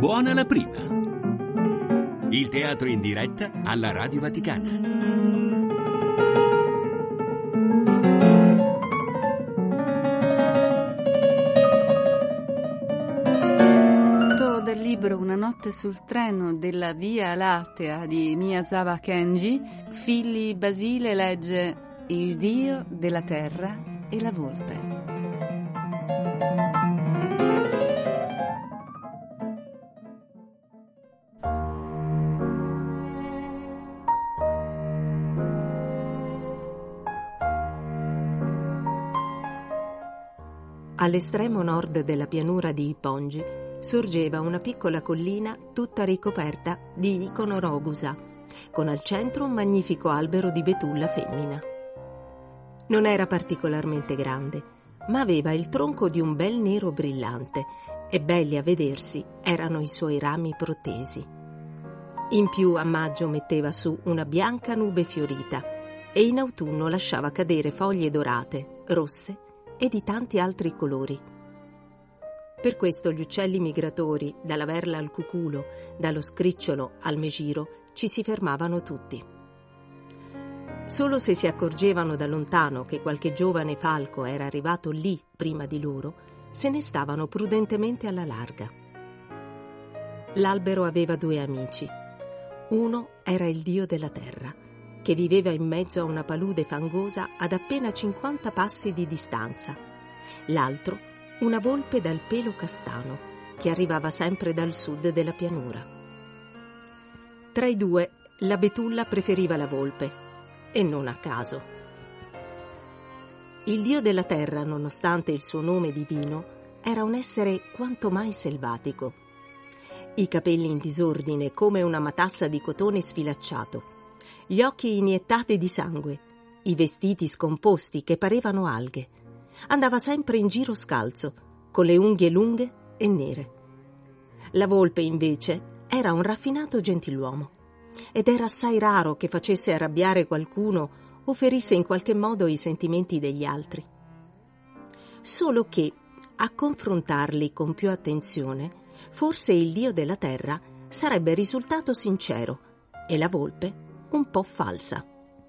Suona la prima. Il teatro in diretta alla Radio Vaticana. Del libro Una notte sul treno della Via Lattea di Miyazawa Kenji, Philly Basile legge Il Dio della terra e la volpe. All'estremo nord della pianura di Ipongi sorgeva una piccola collina tutta ricoperta di Iconorogusa, con al centro un magnifico albero di betulla femmina. Non era particolarmente grande, ma aveva il tronco di un bel nero brillante e belli a vedersi erano i suoi rami protesi. In più a maggio metteva su una bianca nube fiorita e in autunno lasciava cadere foglie dorate, rosse e di tanti altri colori. Per questo gli uccelli migratori, dalla verla al cuculo, dallo scricciolo al megiro, ci si fermavano tutti. Solo se si accorgevano da lontano che qualche giovane falco era arrivato lì prima di loro, se ne stavano prudentemente alla larga. L'albero aveva due amici. Uno era il dio della terra, che viveva in mezzo a una palude fangosa ad appena 50 passi di distanza. L'altro una volpe dal pelo castano, che arrivava sempre dal sud della pianura. Tra i due, la betulla preferiva la volpe, e non a caso. Il dio della terra, nonostante il suo nome divino, era un essere quanto mai selvatico. I capelli in disordine come una matassa di cotone sfilacciato, gli occhi iniettati di sangue, i vestiti scomposti che parevano alghe. Andava sempre in giro scalzo, con le unghie lunghe e nere. La volpe, invece, era un raffinato gentiluomo, ed era assai raro che facesse arrabbiare qualcuno o ferisse in qualche modo i sentimenti degli altri. Solo che, a confrontarli con più attenzione, forse il dio della terra sarebbe risultato sincero e la volpe un po' falsa.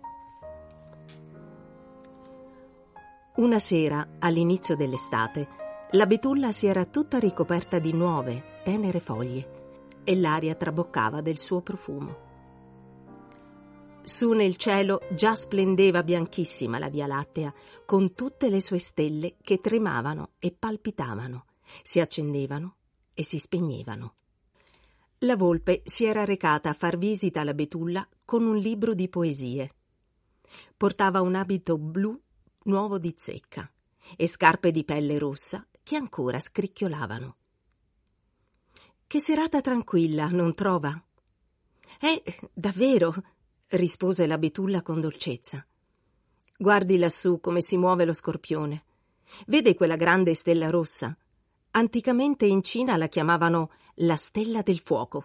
Una sera, all'inizio dell'estate, la betulla si era tutta ricoperta di nuove, tenere foglie e l'aria traboccava del suo profumo. Su nel cielo già splendeva bianchissima la Via Lattea, con tutte le sue stelle che tremavano e palpitavano, si accendevano e si spegnevano. La volpe si era recata a far visita alla betulla con un libro di poesie. Portava un abito blu nuovo di zecca e scarpe di pelle rossa che ancora scricchiolavano. Che serata tranquilla, non trova? Davvero, rispose la betulla con dolcezza. Guardi lassù come si muove lo scorpione. Vede quella grande stella rossa? Anticamente in Cina la chiamavano la stella del fuoco.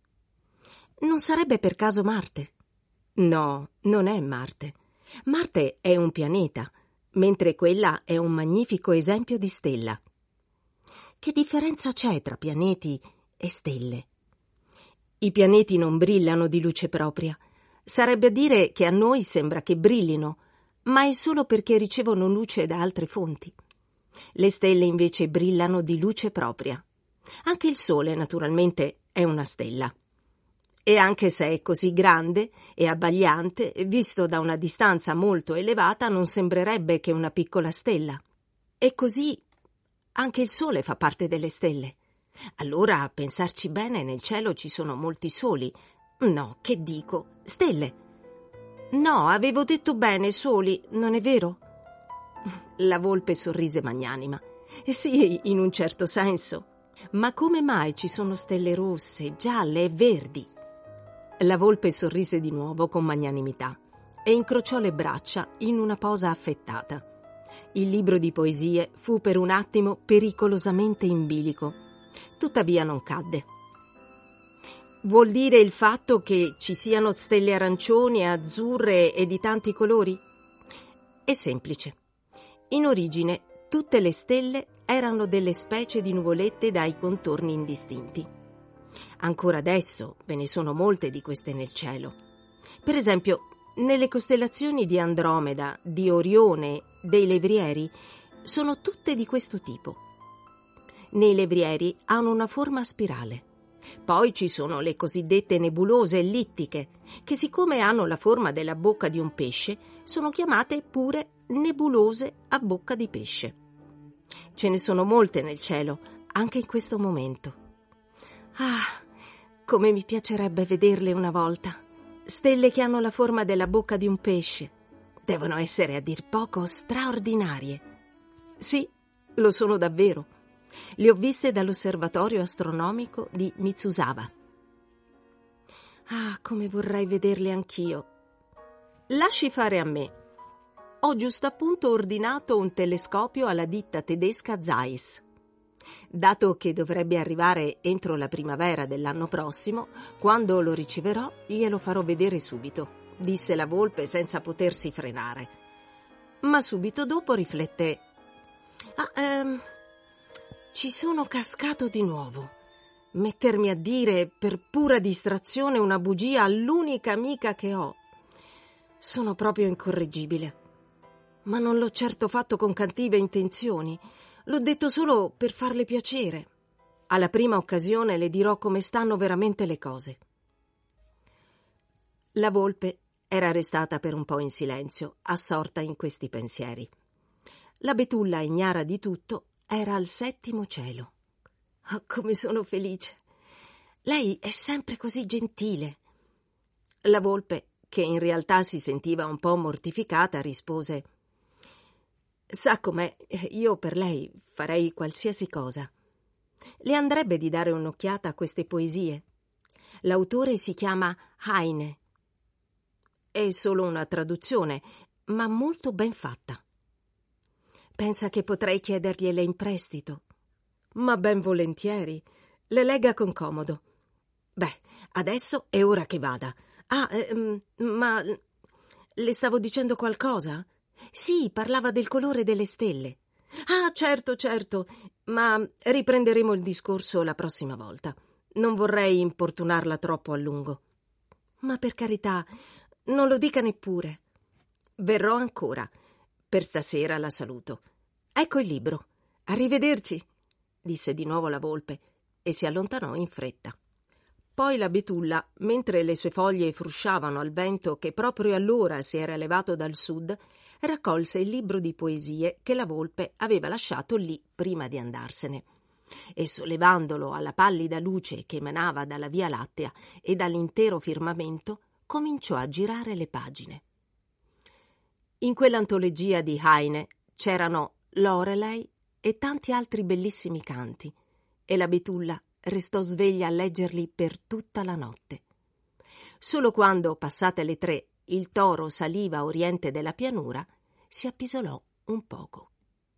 Non sarebbe per caso Marte? No, non è Marte. Marte è un pianeta, mentre quella è un magnifico esempio di stella. Che differenza c'è tra pianeti e stelle? I pianeti non brillano di luce propria. Sarebbe a dire che a noi sembra che brillino, ma è solo perché ricevono luce da altre fonti. Le stelle invece brillano di luce propria. Anche il Sole, naturalmente, è una stella. E anche se è così grande e abbagliante, visto da una distanza molto elevata, non sembrerebbe che una piccola stella. E così anche il Sole fa parte delle stelle. Allora, a pensarci bene, nel cielo ci sono molti soli. No, che dico? Stelle. No, avevo detto bene, soli, non è vero? La volpe sorrise magnanima. Sì, in un certo senso. Ma come mai ci sono stelle rosse, gialle e verdi? La volpe sorrise di nuovo con magnanimità e incrociò le braccia in una posa affettata. Il libro di poesie fu per un attimo pericolosamente in bilico. Tuttavia non cadde. Vuol dire il fatto che ci siano stelle arancioni, azzurre e di tanti colori? È semplice. In origine tutte le stelle erano delle specie di nuvolette dai contorni indistinti. Ancora adesso ve ne sono molte di queste nel cielo. Per esempio, nelle costellazioni di Andromeda, di Orione, dei Levrieri, sono tutte di questo tipo. Nei Levrieri hanno una forma a spirale. Poi ci sono le cosiddette nebulose ellittiche, che siccome hanno la forma della bocca di un pesce, sono chiamate pure nebulose a bocca di pesce. Ce ne sono molte nel cielo, anche in questo momento. Ah, come mi piacerebbe vederle una volta! Stelle che hanno la forma della bocca di un pesce. Devono essere a dir poco straordinarie. Sì, lo sono davvero. Le ho viste dall'osservatorio astronomico di Mitsusawa. Ah, come vorrei vederle anch'io. Lasci fare a me. Ho giusto appunto ordinato un telescopio alla ditta tedesca Zeiss. Dato che dovrebbe arrivare entro la primavera dell'anno prossimo, quando lo riceverò glielo farò vedere subito, disse la volpe senza potersi frenare. Ma subito dopo rifletté. Ci sono cascato di nuovo. Mettermi a dire per pura distrazione una bugia all'unica amica che ho. Sono proprio incorreggibile. Ma non l'ho certo fatto con cattive intenzioni. L'ho detto solo per farle piacere. Alla prima occasione le dirò come stanno veramente le cose. La volpe era restata per un po' in silenzio, assorta in questi pensieri. La betulla, ignara di tutto, era al 7° cielo. Oh, come sono felice! Lei è sempre così gentile. La volpe, che in realtà si sentiva un po' mortificata, rispose: «Sa com'è, io per lei farei qualsiasi cosa. Le andrebbe di dare un'occhiata a queste poesie? L'autore si chiama Heine. È solo una traduzione, ma molto ben fatta. Pensa che potrei chiedergliele in prestito? Ma ben volentieri. Le legga con comodo. Beh, adesso è ora che vada. Ma le stavo dicendo qualcosa? Sì, parlava del colore delle stelle. Ah, certo, ma riprenderemo il discorso la prossima volta. Non vorrei importunarla troppo a lungo. Ma per carità, non lo dica neppure. Verrò ancora. Per stasera la saluto. Ecco il libro. Arrivederci, disse di nuovo la volpe e si allontanò in fretta. Poi la betulla, mentre le sue foglie frusciavano al vento che proprio allora si era levato dal sud, raccolse il libro di poesie che la volpe aveva lasciato lì prima di andarsene e, sollevandolo alla pallida luce che emanava dalla Via Lattea e dall'intero firmamento, cominciò a girare le pagine. In quell'antologia di Heine c'erano Lorelei e tanti altri bellissimi canti, e la betulla restò sveglia a leggerli per tutta la notte. Solo quando, passate le 3, il toro saliva a oriente della pianura, si appisolò un poco.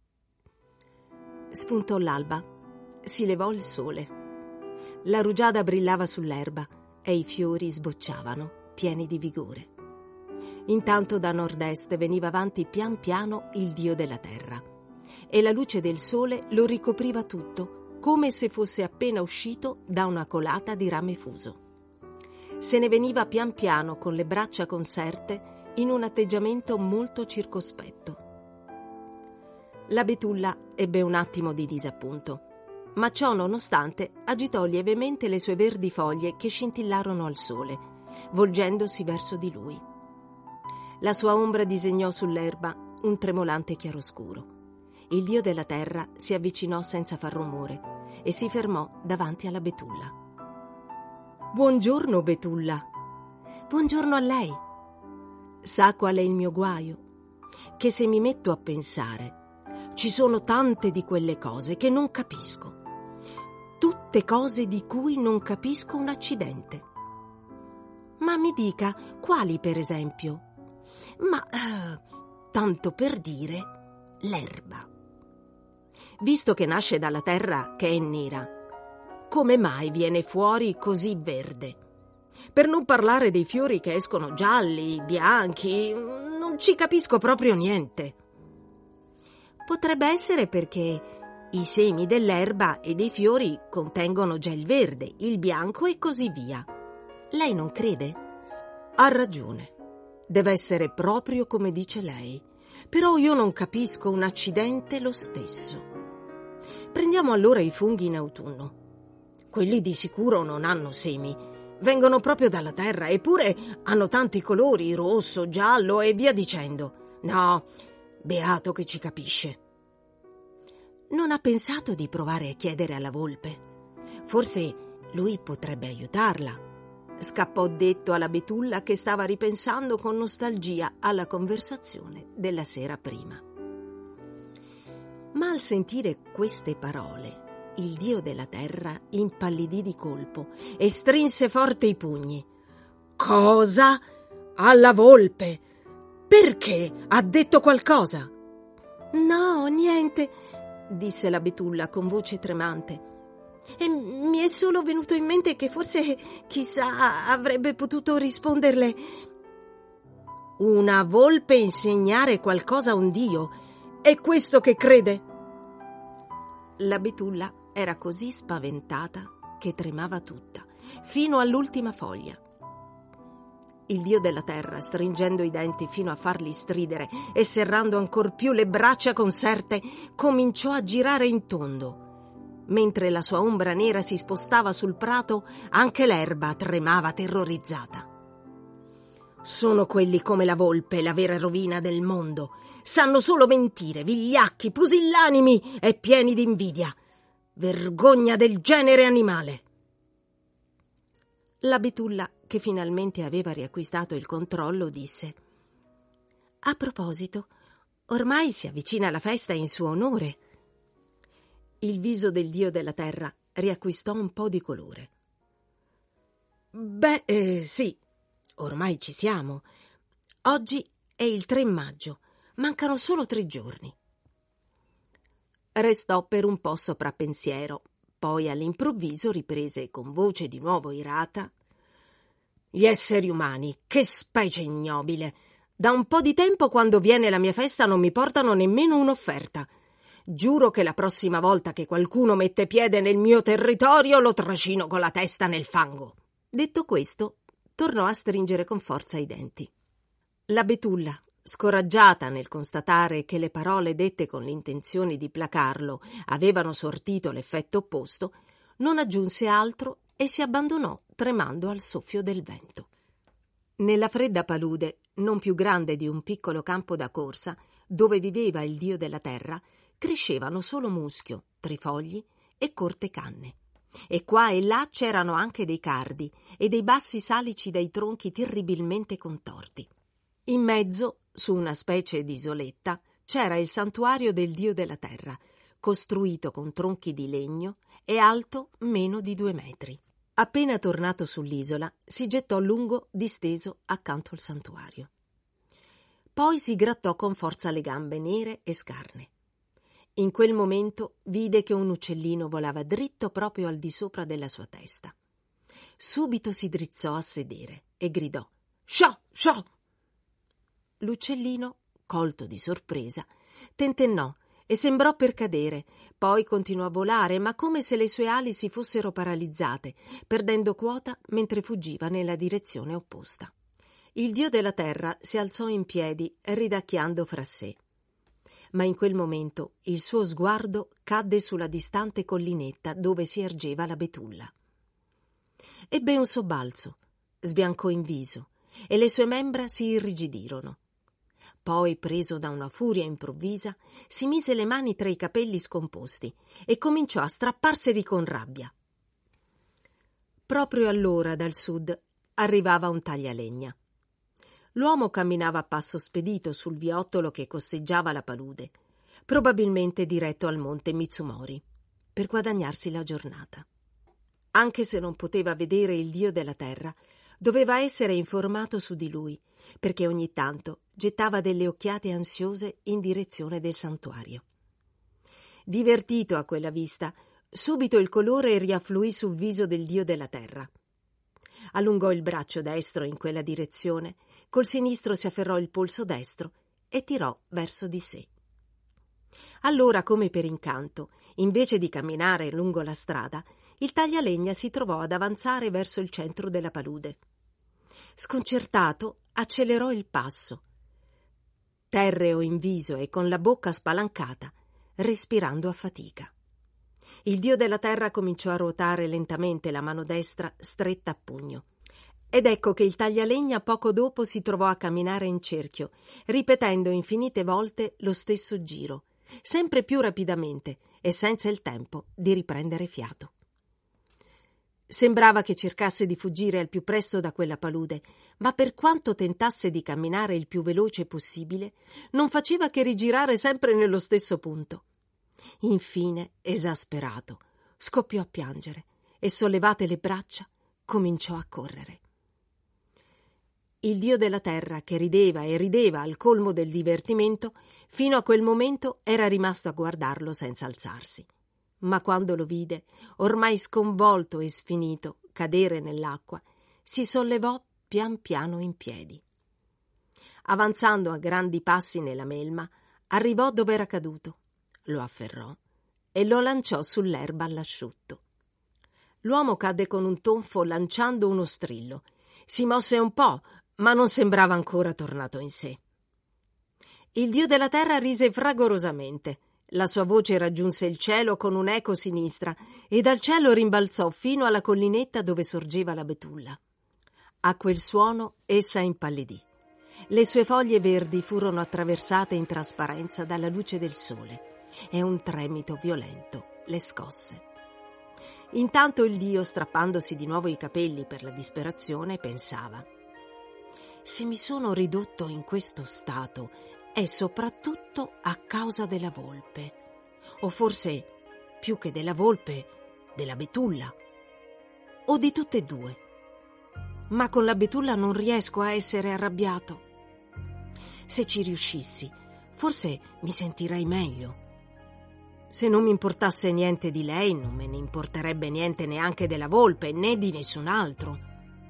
Spuntò l'alba, si levò il sole. La rugiada brillava sull'erba e i fiori sbocciavano, pieni di vigore. Intanto da nord-est veniva avanti pian piano il dio della terra, e la luce del sole lo ricopriva tutto, come se fosse appena uscito da una colata di rame fuso. Se ne veniva pian piano con le braccia conserte in un atteggiamento molto circospetto. La betulla ebbe un attimo di disappunto, ma ciò nonostante agitò lievemente le sue verdi foglie che scintillarono al sole, volgendosi verso di lui. La sua ombra disegnò sull'erba un tremolante chiaroscuro. Il dio della terra si avvicinò senza far rumore e si fermò davanti alla betulla. «Buongiorno, betulla!» «Buongiorno a lei!» «Sa qual è il mio guaio? Che se mi metto a pensare, ci sono tante di quelle cose che non capisco. Tutte cose di cui non capisco un accidente. Ma mi dica, quali per esempio?» «Ma, tanto per dire, l'erba. Visto che nasce dalla terra che è nera, come mai viene fuori così verde? Per non parlare dei fiori che escono gialli, bianchi, non ci capisco proprio niente. Potrebbe essere perché I semi dell'erba e dei fiori contengono già il verde, il bianco e così via. Lei non crede? Ha ragione. Deve essere proprio come dice lei. Però io non capisco un accidente lo stesso. Prendiamo allora i funghi in autunno. Quelli di sicuro non hanno semi. Vengono proprio dalla terra, eppure hanno tanti colori, rosso, giallo e via dicendo. No, beato che ci capisce. Non ha pensato di provare a chiedere alla volpe? Forse lui potrebbe aiutarla. Scappò detto alla betulla che stava ripensando con nostalgia alla conversazione della sera prima. Ma al sentire queste parole, il dio della terra impallidì di colpo e strinse forte i pugni. Cosa? Alla volpe? Perché? Ha detto qualcosa? No, niente, disse la betulla con voce tremante. E mi è solo venuto in mente che forse, chissà, avrebbe potuto risponderle. Una volpe insegnare qualcosa a un dio? È questo che crede? La betulla era così spaventata che tremava tutta, fino all'ultima foglia. Il dio della terra, stringendo i denti fino a farli stridere e serrando ancor più le braccia conserte, cominciò a girare in tondo. Mentre la sua ombra nera si spostava sul prato, anche l'erba tremava terrorizzata. Sono quelli come la volpe, la vera rovina del mondo. Sanno solo mentire, vigliacchi, pusillanimi e pieni di invidia. Vergogna del genere animale. La betulla, che finalmente aveva riacquistato il controllo, disse: A proposito, ormai si avvicina la festa in suo onore. Il viso del dio della terra riacquistò un po' di colore. Sì, ormai ci siamo. Oggi è il 3 maggio, mancano solo 3 giorni. Restò per un po' soprappensiero, poi all'improvviso riprese con voce di nuovo irata. Gli esseri umani, che specie ignobile! Da un po' di tempo, quando viene la mia festa, non mi portano nemmeno un'offerta. Giuro che la prossima volta che qualcuno mette piede nel mio territorio lo trascino con la testa nel fango. Detto questo, tornò a stringere con forza i denti. La betulla, scoraggiata nel constatare che le parole dette con l'intenzione di placarlo avevano sortito l'effetto opposto, non aggiunse altro e si abbandonò tremando al soffio del vento. Nella fredda palude, non più grande di un piccolo campo da corsa, dove viveva il dio della terra, crescevano solo muschio, trifogli e corte canne. E qua e là c'erano anche dei cardi e dei bassi salici dai tronchi terribilmente contorti. In mezzo, su una specie di isoletta, c'era il santuario del dio della terra, costruito con tronchi di legno e alto meno di 2 metri. Appena tornato sull'isola, si gettò lungo disteso accanto al santuario. Poi si grattò con forza le gambe nere e scarne. In quel momento vide che un uccellino volava dritto proprio al di sopra della sua testa. Subito si drizzò a sedere e gridò: «Sciò, sciò!» L'uccellino, colto di sorpresa, tentennò e sembrò per cadere, poi continuò a volare, ma come se le sue ali si fossero paralizzate, perdendo quota mentre fuggiva nella direzione opposta. Il dio della terra si alzò in piedi, ridacchiando fra sé. Ma in quel momento il suo sguardo cadde sulla distante collinetta dove si ergeva la betulla. Ebbe un sobbalzo, sbiancò in viso e le sue membra si irrigidirono. Poi, preso da una furia improvvisa, si mise le mani tra i capelli scomposti e cominciò a strapparseli con rabbia. Proprio allora dal sud arrivava un taglialegna. L'uomo camminava a passo spedito sul viottolo che costeggiava la palude, probabilmente diretto al monte Mitsumori, per guadagnarsi la giornata. Anche se non poteva vedere il dio della terra, doveva essere informato su di lui, perché ogni tanto gettava delle occhiate ansiose in direzione del santuario. Divertito a quella vista, subito il colore riaffluì sul viso del dio della terra. Allungò il braccio destro in quella direzione, col sinistro si afferrò il polso destro e tirò verso di sé. Allora, come per incanto, invece di camminare lungo la strada, il taglialegna si trovò ad avanzare verso il centro della palude. Sconcertato, accelerò il passo, terreo in viso e con la bocca spalancata, respirando a fatica. Il dio della terra cominciò a ruotare lentamente la mano destra stretta a pugno. Ed ecco che il taglialegna poco dopo si trovò a camminare in cerchio, ripetendo infinite volte lo stesso giro, sempre più rapidamente e senza il tempo di riprendere fiato. Sembrava che cercasse di fuggire al più presto da quella palude, ma per quanto tentasse di camminare il più veloce possibile, non faceva che rigirare sempre nello stesso punto. Infine, esasperato, scoppiò a piangere e, sollevate le braccia, cominciò a correre. Il dio della terra, che rideva e rideva al colmo del divertimento, fino a quel momento era rimasto a guardarlo senza alzarsi. Ma quando lo vide, ormai sconvolto e sfinito, cadere nell'acqua, si sollevò pian piano in piedi. Avanzando a grandi passi nella melma, arrivò dove era caduto, lo afferrò e lo lanciò sull'erba all'asciutto. L'uomo cadde con un tonfo lanciando uno strillo. Si mosse un po', ma non sembrava ancora tornato in sé. Il dio della terra rise fragorosamente. La sua voce raggiunse il cielo con un'eco sinistra e dal cielo rimbalzò fino alla collinetta dove sorgeva la betulla. A quel suono essa impallidì. Le sue foglie verdi furono attraversate in trasparenza dalla luce del sole e un tremito violento le scosse. Intanto il dio, strappandosi di nuovo i capelli per la disperazione, pensava: se mi sono ridotto in questo stato è soprattutto a causa della volpe, o forse, più che della volpe, della betulla, o di tutte e due. Ma con la betulla non riesco a essere arrabbiato. Se ci riuscissi, forse mi sentirei meglio. Se non mi importasse niente di lei, non me ne importerebbe niente neanche della volpe, né di nessun altro.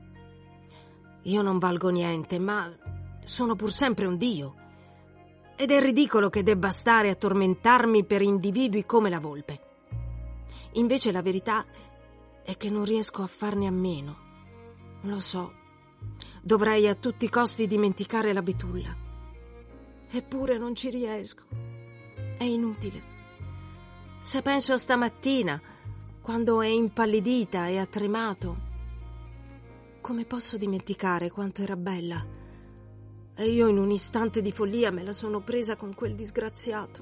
Io non valgo niente, ma sono pur sempre un dio. Ed è ridicolo che debba stare a tormentarmi per individui come la volpe. Invece la verità è che non riesco a farne a meno. Lo so, dovrei a tutti i costi dimenticare la betulla. Eppure non ci riesco. È inutile. Se penso a stamattina, quando è impallidita e ha tremato, come posso dimenticare quanto era bella? E io in un istante di follia me la sono presa con quel disgraziato.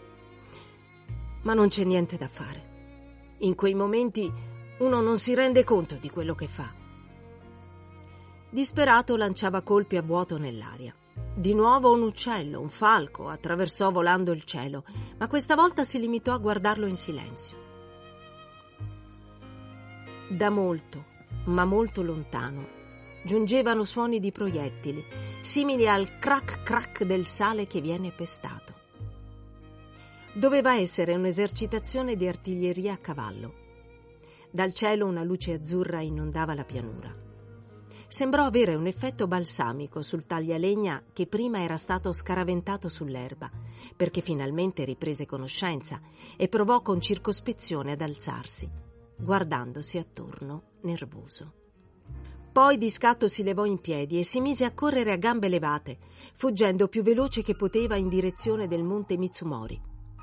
Ma non c'è niente da fare. In quei momenti uno non si rende conto di quello che fa. Disperato lanciava colpi a vuoto nell'aria. Di nuovo un uccello, un falco, attraversò volando il cielo, ma questa volta si limitò a guardarlo in silenzio. Da molto, ma molto lontano, giungevano suoni di proiettili, simili al crac crac del sale che viene pestato. Doveva essere un'esercitazione di artiglieria a cavallo. Dal cielo una luce azzurra inondava la pianura. Sembrò avere un effetto balsamico sul taglialegna che prima era stato scaraventato sull'erba, perché finalmente riprese conoscenza e provò con circospezione ad alzarsi, guardandosi attorno nervoso. Poi di scatto si levò in piedi e si mise a correre a gambe levate, fuggendo più veloce che poteva in direzione del monte Mitsumori.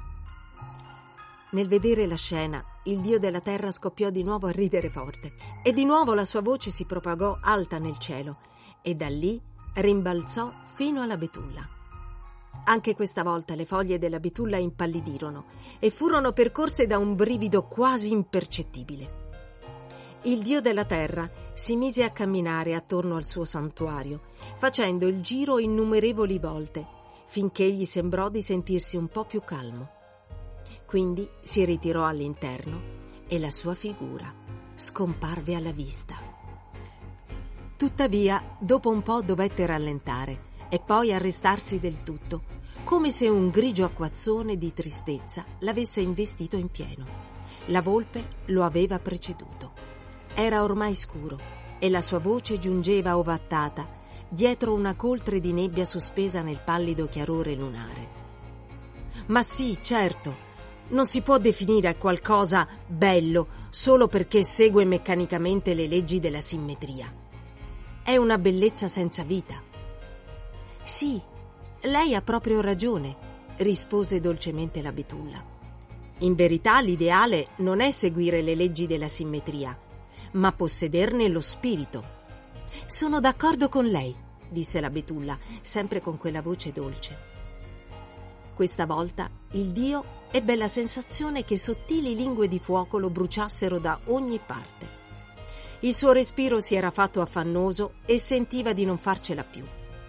Nel vedere la scena, il dio della terra scoppiò di nuovo a ridere forte e di nuovo la sua voce si propagò alta nel cielo e da lì rimbalzò fino alla betulla. Anche questa volta le foglie della betulla impallidirono e furono percorse da un brivido quasi impercettibile. Il dio della terra si mise a camminare attorno al suo santuario, facendo il giro innumerevoli volte, finché gli sembrò di sentirsi un po' più calmo. Quindi si ritirò all'interno e la sua figura scomparve alla vista. Tuttavia, dopo un po' dovette rallentare e poi arrestarsi del tutto, come se un grigio acquazzone di tristezza l'avesse investito in pieno. La volpe lo aveva preceduto. Era ormai scuro e la sua voce giungeva ovattata dietro una coltre di nebbia sospesa nel pallido chiarore lunare. Ma sì, certo. Non si può definire qualcosa bello solo perché segue meccanicamente le leggi della simmetria. È una bellezza senza vita. Sì, lei ha proprio ragione, rispose dolcemente la betulla. In verità l'ideale non è seguire le leggi della simmetria, ma possederne lo spirito. Sono d'accordo con lei, disse la betulla, sempre con quella voce dolce. Questa volta il dio ebbe la sensazione che sottili lingue di fuoco lo bruciassero da ogni parte. Il suo respiro si era fatto affannoso e sentiva di non farcela più.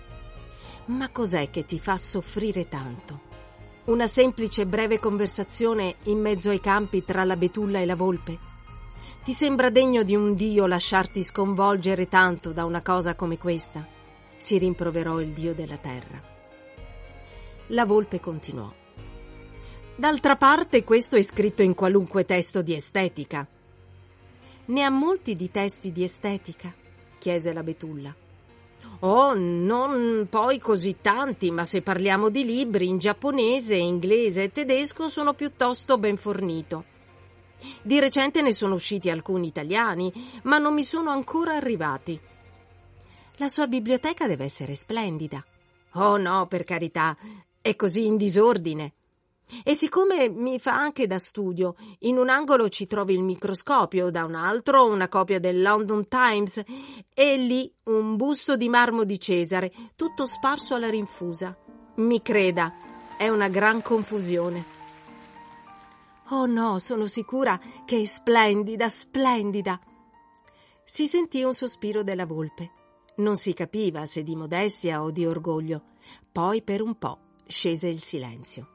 Ma cos'è che ti fa soffrire tanto? Una semplice breve conversazione in mezzo ai campi tra la betulla e la volpe? Ti sembra degno di un dio lasciarti sconvolgere tanto da una cosa come questa? Si rimproverò il dio della terra. La volpe continuò. D'altra parte questo è scritto in qualunque testo di estetica. Ne ha molti di testi di estetica? Chiese la betulla. Oh, non poi così tanti, ma se parliamo di libri in giapponese, inglese e tedesco sono piuttosto ben fornito. Di recente ne sono usciti alcuni italiani, ma non mi sono ancora arrivati. La sua biblioteca deve essere splendida. Oh no, per carità, è così in disordine. E siccome mi fa anche da studio, in un angolo ci trovi il microscopio, da un altro una copia del London Times e lì un busto di marmo di Cesare, tutto sparso alla rinfusa. Mi creda, è una gran confusione. Oh no, sono sicura che è splendida, splendida. Si sentì un sospiro della volpe. Non si capiva se di modestia o di orgoglio. Poi per un po' scese il silenzio.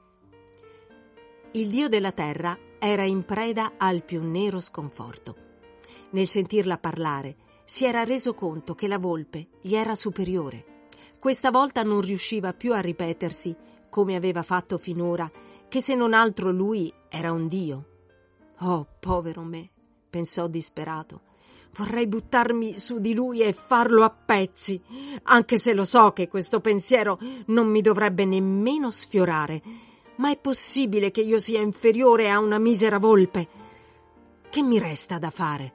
Il dio della terra era in preda al più nero sconforto. Nel sentirla parlare, si era reso conto che la volpe gli era superiore. Questa volta non riusciva più a ripetersi, come aveva fatto finora, che se non altro lui era un dio. Oh, povero me, pensò disperato. Vorrei buttarmi su di lui e farlo a pezzi, anche se lo so che questo pensiero non mi dovrebbe nemmeno sfiorare. Ma è possibile che io sia inferiore a una misera volpe? Che mi resta da fare?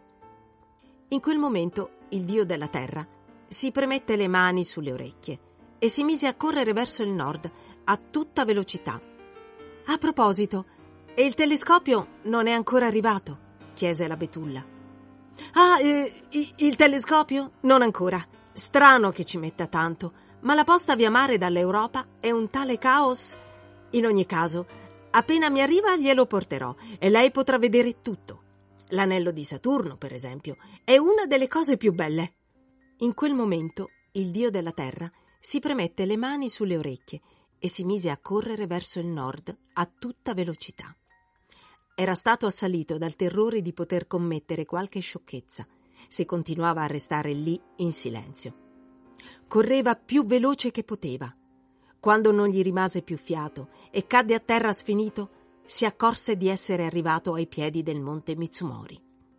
In quel momento il dio della terra si premette le mani sulle orecchie e si mise a correre verso il nord a tutta velocità. A proposito, e il telescopio non è ancora arrivato? Chiese la betulla. Ah, il telescopio? Non ancora. Strano che ci metta tanto, ma la posta via mare dall'Europa è un tale caos. In ogni caso, appena mi arriva glielo porterò e lei potrà vedere tutto. L'anello di Saturno, per esempio, è una delle cose più belle. In quel momento il dio della terra si premette le mani sulle orecchie e si mise a correre verso il nord a tutta velocità. Era stato assalito dal terrore di poter commettere qualche sciocchezza se continuava a restare lì in silenzio. Correva più veloce che poteva. Quando non gli rimase più fiato e cadde a terra sfinito, si accorse di essere arrivato ai piedi del monte Mitsumori.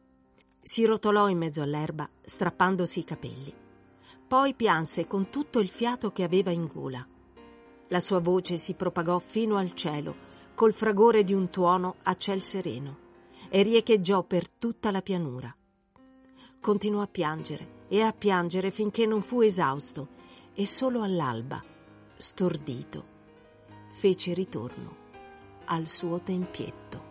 Si rotolò in mezzo all'erba, strappandosi i capelli. Poi pianse con tutto il fiato che aveva in gola. La sua voce si propagò fino al cielo, col fragore di un tuono a ciel sereno, e riecheggiò per tutta la pianura. Continuò a piangere finché non fu esausto, e solo all'alba, stordito, fece ritorno al suo tempietto.